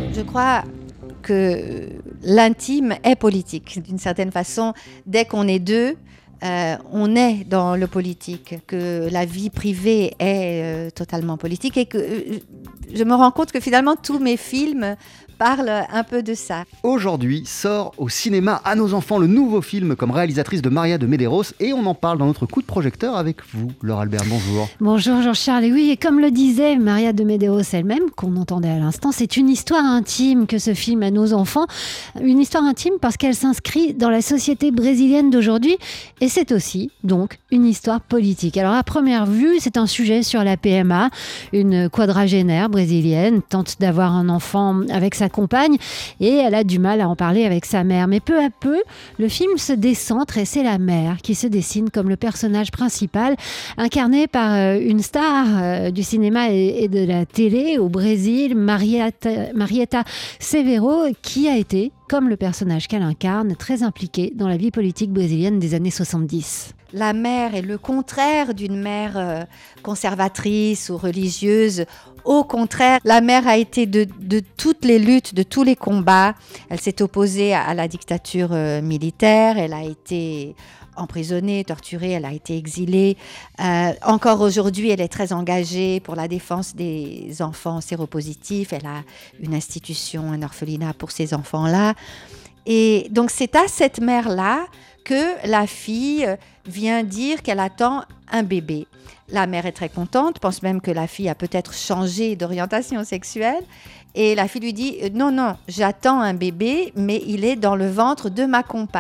Je crois que l'intime est politique. D'une certaine façon, dès qu'on est deux, on est dans le politique, que la vie privée est totalement politique et que je me rends compte que finalement tous mes films parlent un peu de ça. Aujourd'hui sort au cinéma À nos enfants le nouveau film comme réalisatrice de Maria de Medeiros et on en parle dans notre coup de projecteur avec vous, Laure Albert, bonjour. Bonjour Jean-Charles, et oui, et comme le disait Maria de Medeiros elle-même, qu'on entendait à l'instant, c'est une histoire intime que ce film À nos enfants, une histoire intime parce qu'elle s'inscrit dans la société brésilienne d'aujourd'hui et c'est aussi donc une histoire politique. Alors à première vue, c'est un sujet sur la PMA, une quadragénaire brésilienne tente d'avoir un enfant avec sa compagne et elle a du mal à en parler avec sa mère. Mais peu à peu, le film se décentre et c'est la mère qui se dessine comme le personnage principal, incarné par une star du cinéma et de la télé au Brésil, Marieta Severo, qui a été, comme le personnage qu'elle incarne, très impliquée dans la vie politique brésilienne des années 70. La mère est le contraire d'une mère conservatrice ou religieuse. Au contraire, la mère a été de toutes les luttes, de tous les combats. Elle s'est opposée à la dictature militaire, elle a été emprisonnée, torturée, elle a été exilée. Encore aujourd'hui, elle est très engagée pour la défense des enfants séropositifs. Elle a une institution, un orphelinat pour ces enfants-là. Et donc c'est à cette mère-là que la fille vient dire qu'elle attend un bébé. La mère est très contente, pense même que la fille a peut-être changé d'orientation sexuelle. Et la fille lui dit « Non, j'attends un bébé, mais il est dans le ventre de ma compagne. »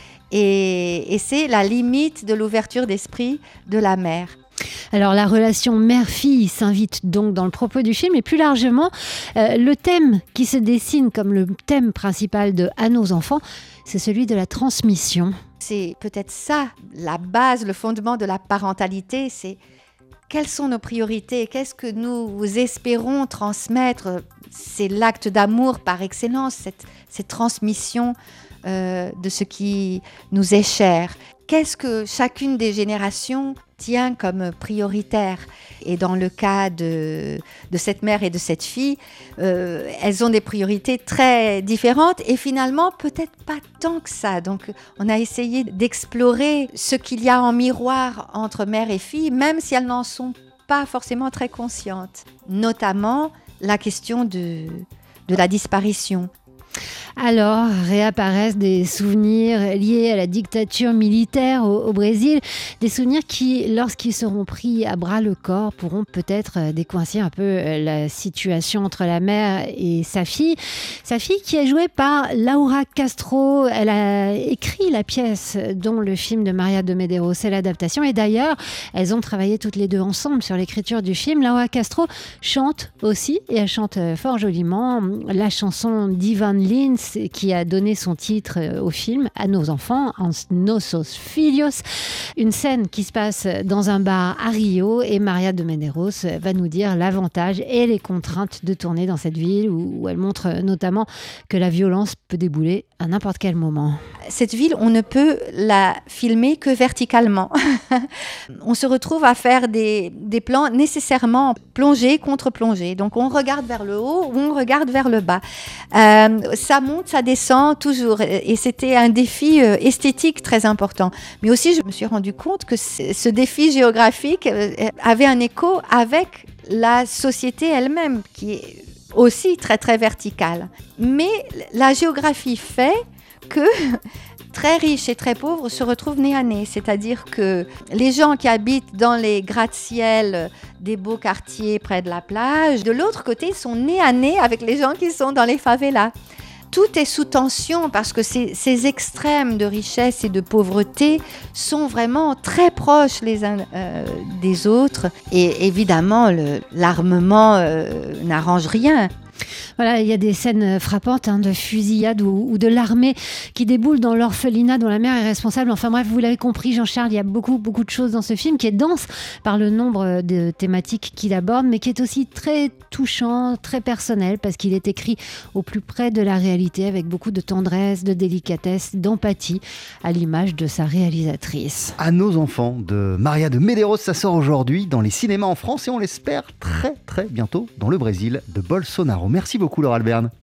Et c'est la limite de l'ouverture d'esprit de la mère. Alors la relation mère-fille s'invite donc dans le propos du film et plus largement, le thème qui se dessine comme le thème principal de À nos enfants, c'est celui de la transmission. C'est peut-être ça, la base, le fondement de la parentalité, c'est quelles sont nos priorités, qu'est-ce que nous espérons transmettre. C'est l'acte d'amour par excellence, cette transmission de ce qui nous est cher. Qu'est-ce que chacune des générations tient comme prioritaire? Et dans le cas de cette mère et de cette fille, elles ont des priorités très différentes et finalement peut-être pas tant que ça. Donc on a essayé d'explorer ce qu'il y a en miroir entre mère et fille, même si elles n'en sont pas forcément très conscientes. Notamment la question de la disparition. Alors, réapparaissent des souvenirs liés à la dictature militaire au Brésil, des souvenirs qui, lorsqu'ils seront pris à bras le corps, pourront peut-être décoincer un peu la situation entre la mère et sa fille. Sa fille qui est jouée par Laura Castro, elle a écrit la pièce dont le film de Maria de Medeiros est l'adaptation et d'ailleurs, elles ont travaillé toutes les deux ensemble sur l'écriture du film. Laura Castro chante aussi et elle chante fort joliment la chanson d'Ivan Lins qui a donné son titre au film À nos enfants, En nossos filhos, une scène qui se passe dans un bar à Rio et Maria de Medeiros va nous dire l'avantage et les contraintes de tourner dans cette ville où elle montre notamment que la violence peut débouler à n'importe quel moment. Cette ville, on ne peut la filmer que verticalement. On se retrouve à faire des plans nécessairement plongée contre plongée. Donc on regarde vers le haut ou on regarde vers le bas. Ça monte, ça descend toujours. Et c'était un défi esthétique très important. Mais aussi, je me suis rendu compte que ce défi géographique avait un écho avec la société elle-même, qui est aussi très très verticale. Mais la géographie fait que très riches et très pauvres se retrouvent nez à nez. C'est-à-dire que les gens qui habitent dans les gratte-ciel des beaux quartiers près de la plage, de l'autre côté, sont nez à nez avec les gens qui sont dans les favelas. Tout est sous tension parce que ces extrêmes de richesse et de pauvreté sont vraiment très proches les uns des autres. Et évidemment, l'armement n'arrange rien. Voilà, il y a des scènes frappantes de fusillade ou de l'armée qui déboule dans l'orphelinat dont la mère est responsable. Enfin bref, vous l'avez compris Jean-Charles, il y a beaucoup de choses dans ce film qui est dense par le nombre de thématiques qu'il aborde, mais qui est aussi très touchant, très personnel, parce qu'il est écrit au plus près de la réalité avec beaucoup de tendresse, de délicatesse, d'empathie, à l'image de sa réalisatrice. À nos enfants de Maria de Medeiros, ça sort aujourd'hui dans les cinémas en France et on l'espère très très bientôt dans le Brésil de Bolsonaro. Merci beaucoup Laura Alberne.